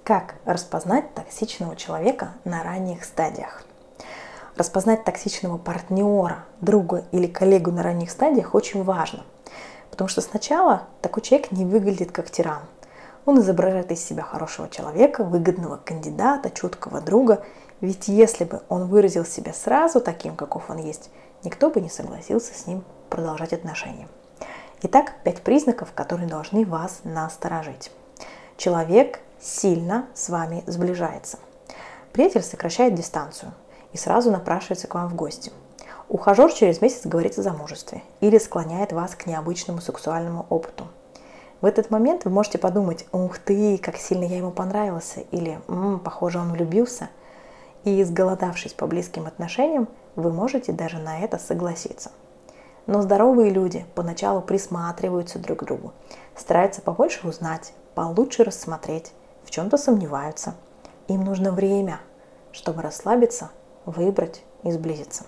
Как распознать токсичного человека на ранних стадиях? Распознать токсичного партнера, друга или коллегу на ранних стадиях очень важно, потому что сначала такой человек не выглядит как тиран. Он изображает из себя хорошего человека, выгодного кандидата, чуткого друга, ведь если бы он выразил себя сразу таким, каков он есть, никто бы не согласился с ним продолжать отношения. Итак, 5 признаков, которые должны вас насторожить. Человек сильно с вами сближается. Приятель сокращает дистанцию и сразу напрашивается к вам в гости. Ухажер через месяц говорит о замужестве или склоняет вас к необычному сексуальному опыту. В этот момент вы можете подумать: «Ух ты, как сильно я ему понравился» или «Похоже, он влюбился». И, изголодавшись по близким отношениям, вы можете даже на это согласиться. Но здоровые люди поначалу присматриваются друг к другу, стараются побольше узнать, получше рассмотреть, в чем-то сомневаются. Им нужно время, чтобы расслабиться, выбрать и сблизиться.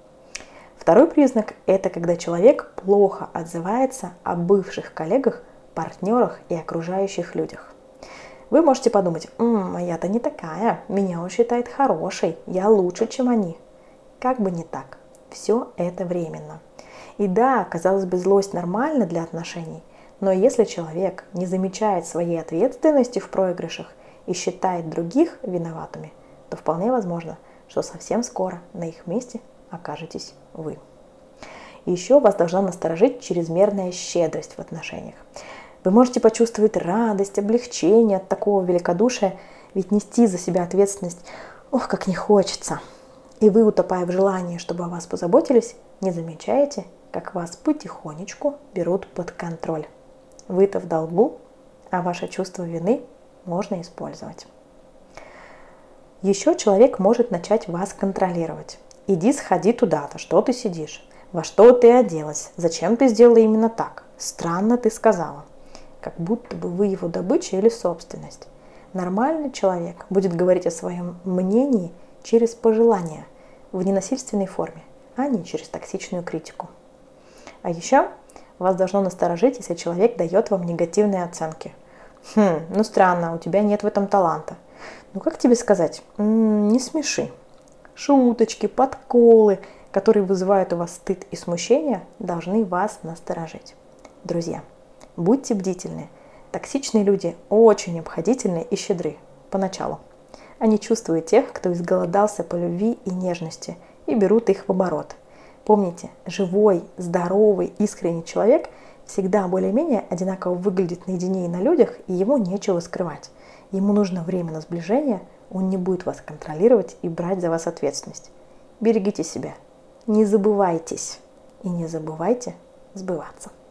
Второй признак – это когда человек плохо отзывается о бывших коллегах, партнерах и окружающих людях. Вы можете подумать: я-то не такая, меня он считает хорошей, я лучше, чем они. Как бы не так, все это временно. И да, казалось бы, злость нормальна для отношений, но если человек не замечает своей ответственности в проигрышах и считает других виноватыми, то вполне возможно, что совсем скоро на их месте окажетесь вы. И еще вас должна насторожить чрезмерная щедрость в отношениях. Вы можете почувствовать радость, облегчение от такого великодушия, ведь нести за себя ответственность, как не хочется. И вы, утопая в желании, чтобы о вас позаботились, не замечаете, как вас потихонечку берут под контроль. Вы-то в долгу, а ваше чувство вины можно использовать. Еще человек может начать вас контролировать. Иди, сходи туда-то, что ты сидишь? Во что ты оделась? Зачем ты сделала именно так? Странно ты сказала. Как будто бы вы его добыча или собственность. Нормальный человек будет говорить о своем мнении через пожелания, в ненасильственной форме, а не через токсичную критику. А еще вас должно насторожить, если человек дает вам негативные оценки. Странно, у тебя нет в этом таланта. Как тебе сказать? Не смеши. Шуточки, подколы, которые вызывают у вас стыд и смущение, должны вас насторожить. Друзья, будьте бдительны. Токсичные люди очень обходительны и щедры поначалу. Они чувствуют тех, кто изголодался по любви и нежности, и берут их в оборот. Помните, живой, здоровый, искренний человек всегда более-менее одинаково выглядит наедине и на людях, и ему нечего скрывать. Ему нужно время на сближение, он не будет вас контролировать и брать за вас ответственность. Берегите себя, не забывайтесь и не забывайте сбываться.